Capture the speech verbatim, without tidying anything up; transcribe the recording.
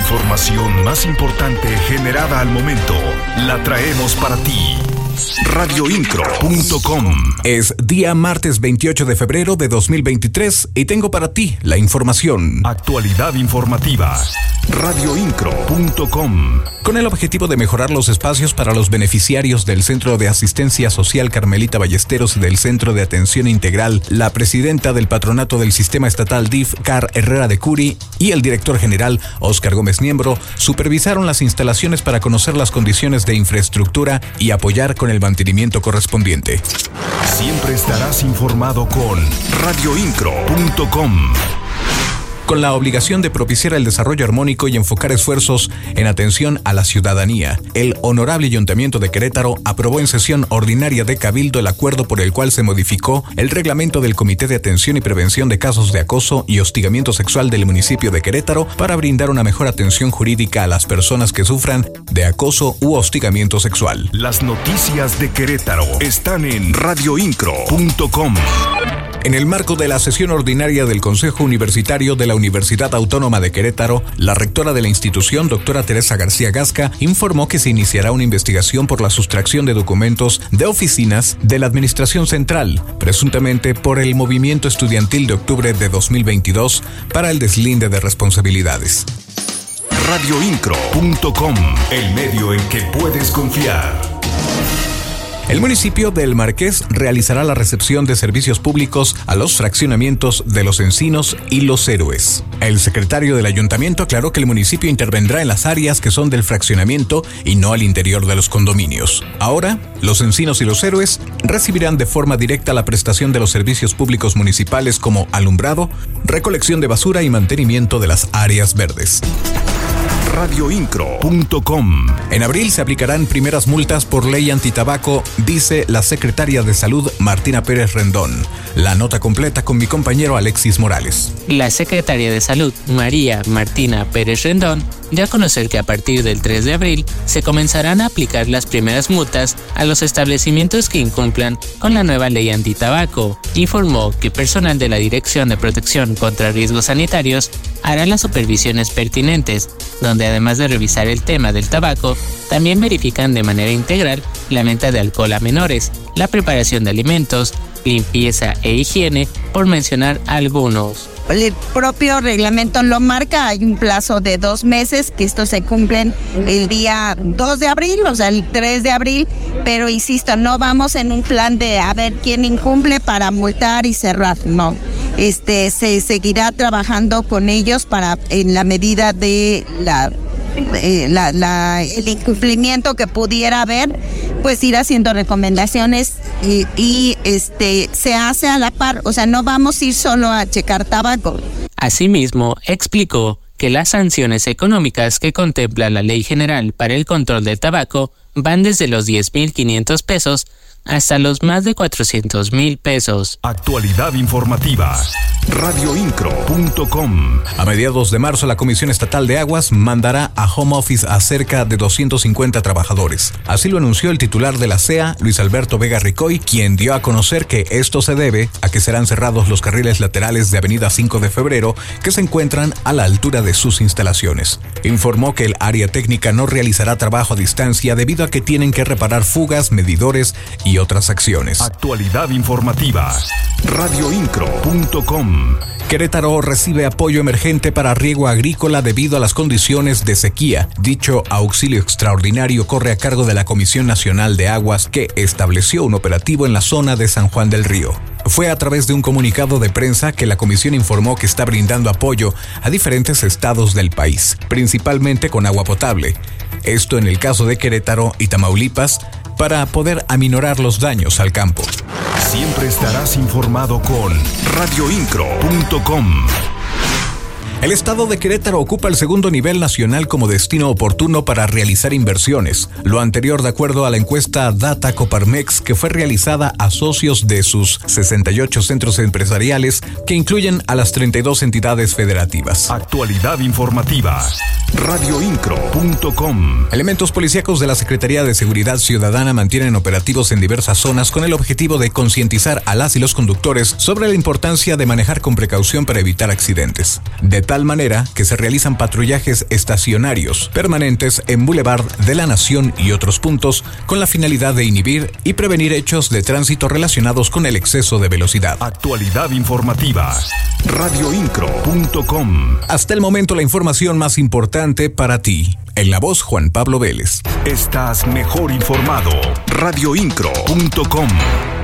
información más importante generada al momento la traemos para ti. radioincro punto com. Es día martes veintiocho de febrero de dos mil veintitrés y tengo para ti la información. Actualidad informativa. radioincro punto com. Con el objetivo de mejorar los espacios para los beneficiarios del Centro de Asistencia Social Carmelita Ballesteros y del Centro de Atención Integral, la presidenta del Patronato del Sistema Estatal D I F, Car Herrera de Curi, y el director general, Óscar Gómez Niembro, supervisaron las instalaciones para conocer las condiciones de infraestructura y apoyar con el mantenimiento correspondiente. Siempre estarás informado con radioincro punto com. Con la obligación de propiciar el desarrollo armónico y enfocar esfuerzos en atención a la ciudadanía, el Honorable Ayuntamiento de Querétaro aprobó en sesión ordinaria de Cabildo el acuerdo por el cual se modificó el reglamento del Comité de Atención y Prevención de Casos de Acoso y Hostigamiento Sexual del municipio de Querétaro para brindar una mejor atención jurídica a las personas que sufran de acoso u hostigamiento sexual. Las noticias de Querétaro están en radioincro punto com. En el marco de la sesión ordinaria del Consejo Universitario de la Universidad Autónoma de Querétaro, la rectora de la institución, doctora Teresa García Gasca, informó que se iniciará una investigación por la sustracción de documentos de oficinas de la Administración Central, presuntamente por el movimiento estudiantil de octubre de dos mil veintidós para el deslinde de responsabilidades. radioincro punto com, el medio en que puedes confiar. El municipio de El Marqués realizará la recepción de servicios públicos a los fraccionamientos de Los Encinos y Los Héroes. El secretario del ayuntamiento aclaró que el municipio intervendrá en las áreas que son del fraccionamiento y no al interior de los condominios. Ahora, Los Encinos y Los Héroes recibirán de forma directa la prestación de los servicios públicos municipales como alumbrado, recolección de basura y mantenimiento de las áreas verdes. radioincro punto com. En abril se aplicarán primeras multas por ley antitabaco, dice la secretaria de Salud Martina Pérez Rendón. La nota completa con mi compañero Alexis Morales. La secretaria de Salud, María Martina Pérez Rendón, dio a conocer que a partir del tres de abril se comenzarán a aplicar las primeras multas a los establecimientos que incumplan con la nueva ley antitabaco. Informó que personal de la Dirección de Protección contra Riesgos Sanitarios hará las supervisiones pertinentes, donde además de revisar el tema del tabaco, también verifican de manera integral la venta de alcohol a menores, la preparación de alimentos, limpieza e higiene, por mencionar algunos. El propio reglamento lo marca, hay un plazo de dos meses, que estos se cumplen el día dos de abril, o sea, el tres de abril, pero insisto, no vamos en un plan de a ver quién incumple para multar y cerrar, no. Este, se seguirá trabajando con ellos para, en la medida de la, eh, la, la el incumplimiento que pudiera haber, pues ir haciendo recomendaciones y, y este se hace a la par, o sea, no vamos a ir solo a checar tabaco. Asimismo, explicó que las sanciones económicas que contempla la Ley General para el Control del Tabaco van desde los diez mil quinientos pesos hasta los más de cuatrocientos mil pesos. Actualidad informativa. radioincro punto com. A mediados de marzo, la Comisión Estatal de Aguas mandará a home office a cerca de doscientos cincuenta trabajadores. Así lo anunció el titular de la C E A, Luis Alberto Vega Ricoy, quien dio a conocer que esto se debe a que serán cerrados los carriles laterales de Avenida cinco de febrero que se encuentran a la altura de sus instalaciones. Informó que el área técnica no realizará trabajo a distancia debido a que tienen que reparar fugas, medidores y otras acciones. Actualidad informativa. radioincro punto com. Querétaro recibe apoyo emergente para riego agrícola debido a las condiciones de sequía. Dicho auxilio extraordinario corre a cargo de la Comisión Nacional de Aguas, que estableció un operativo en la zona de San Juan del Río. Fue a través de un comunicado de prensa que la comisión informó que está brindando apoyo a diferentes estados del país, principalmente con agua potable. Esto en el caso de Querétaro y Tamaulipas, para poder aminorar los daños al campo. Siempre estarás informado con radioincro punto com. El estado de Querétaro ocupa el segundo nivel nacional como destino oportuno para realizar inversiones. Lo anterior de acuerdo a la encuesta Data Coparmex, que fue realizada a socios de sus sesenta y ocho centros empresariales que incluyen a las treinta y dos entidades federativas. Actualidad informativa. radio incro punto com. Elementos policíacos de la Secretaría de Seguridad Ciudadana mantienen operativos en diversas zonas con el objetivo de concientizar a las y los conductores sobre la importancia de manejar con precaución para evitar accidentes. De tal manera que se realizan patrullajes estacionarios permanentes en Boulevard de la Nación y otros puntos con la finalidad de inhibir y prevenir hechos de tránsito relacionados con el exceso de velocidad. Actualidad informativa. radio incro punto com. Hasta el momento la información más importante para ti. En la voz Juan Pablo Vélez. Estás mejor informado. radio incro punto com.